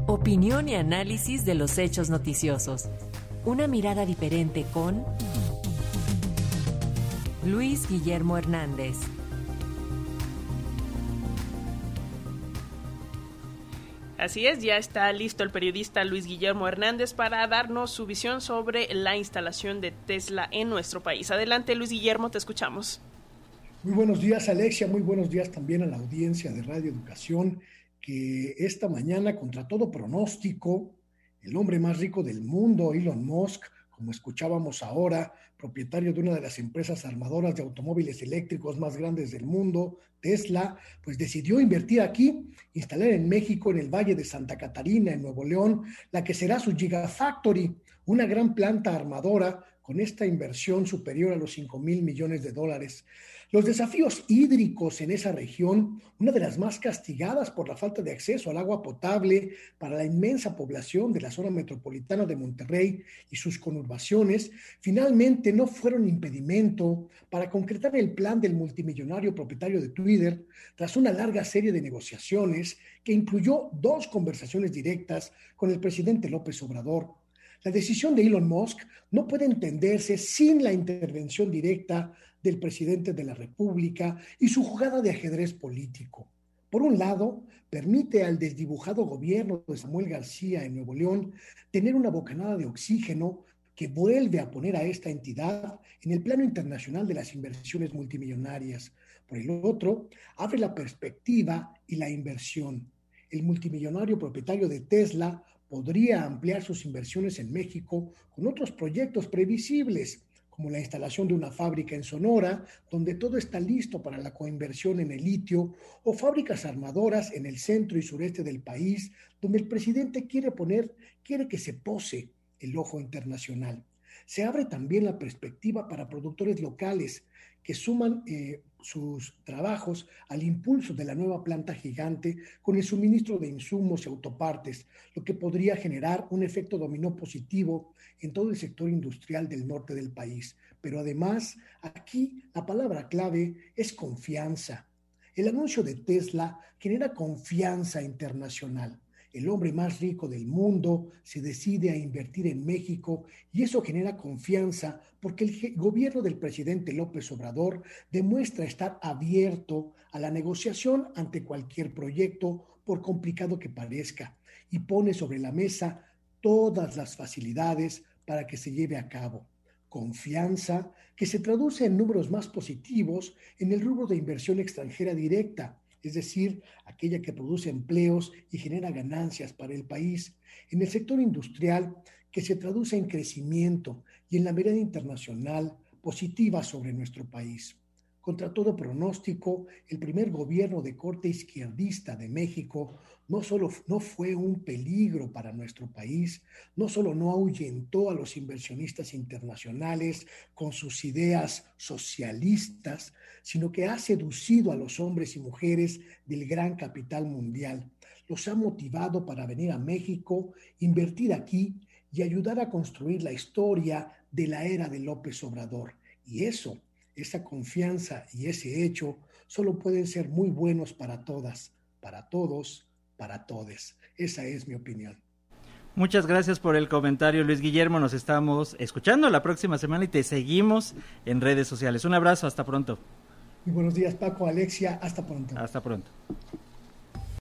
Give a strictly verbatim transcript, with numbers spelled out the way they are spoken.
Opinión y análisis de los hechos noticiosos. Una mirada diferente con Luis Guillermo Hernández. Así es, ya está listo el periodista Luis Guillermo Hernández para darnos su visión sobre la instalación de Tesla en nuestro país. Adelante, Luis Guillermo, te escuchamos. Muy buenos días, Alexia, muy buenos días también a la audiencia de Radio Educación, que esta mañana, contra todo pronóstico, el hombre más rico del mundo, Elon Musk, como escuchábamos ahora, propietario de una de las empresas armadoras de automóviles eléctricos más grandes del mundo, Tesla, pues decidió invertir aquí, instalar en México, en el Valle de Santa Catarina, en Nuevo León, la que será su Gigafactory, una gran planta armadora con esta inversión superior a los cinco mil millones de dólares. Los desafíos hídricos en esa región, una de las más castigadas por la falta de acceso al agua potable para la inmensa población de la zona metropolitana de Monterrey y sus conurbaciones, finalmente no fueron impedimento para concretar el plan del multimillonario propietario de Twitter tras una larga serie de negociaciones que incluyó dos conversaciones directas con el presidente López Obrador. La decisión de Elon Musk no puede entenderse sin la intervención directa del presidente de la República y su jugada de ajedrez político. Por un lado, permite al desdibujado gobierno de Samuel García en Nuevo León tener una bocanada de oxígeno que vuelve a poner a esta entidad en el plano internacional de las inversiones multimillonarias. Por el otro, abre la perspectiva y la inversión. El multimillonario propietario de Tesla podría ampliar sus inversiones en México con otros proyectos previsibles, como la instalación de una fábrica en Sonora, donde todo está listo para la coinversión en el litio, o fábricas armadoras en el centro y sureste del país, donde el presidente quiere poner, quiere que se pose el ojo internacional. Se abre también la perspectiva para productores locales que suman eh, sus trabajos al impulso de la nueva planta gigante con el suministro de insumos y autopartes, lo que podría generar un efecto dominó positivo en todo el sector industrial del norte del país. Pero además, aquí la palabra clave es confianza. El anuncio de Tesla genera confianza internacional. El hombre más rico del mundo se decide a invertir en México y eso genera confianza porque el gobierno del presidente López Obrador demuestra estar abierto a la negociación ante cualquier proyecto, por complicado que parezca, y pone sobre la mesa todas las facilidades para que se lleve a cabo. Confianza que se traduce en números más positivos en el rubro de inversión extranjera directa, es decir, aquella que produce empleos y genera ganancias para el país, en el sector industrial, que se traduce en crecimiento y en la mirada internacional positiva sobre nuestro país. Contra todo pronóstico, el primer gobierno de corte izquierdista de México no solo no fue un peligro para nuestro país, no solo no ahuyentó a los inversionistas internacionales con sus ideas socialistas, sino que ha seducido a los hombres y mujeres del gran capital mundial. Los ha motivado para venir a México, invertir aquí y ayudar a construir la historia de la era de López Obrador. Y eso, esa confianza y ese hecho solo pueden ser muy buenos para todas, para todos, para todes. Esa es mi opinión. Muchas gracias por el comentario, Luis Guillermo. Nos estamos escuchando la próxima semana y te seguimos en redes sociales. Un abrazo, hasta pronto. Muy buenos días, Paco, Alexia, hasta pronto. Hasta pronto.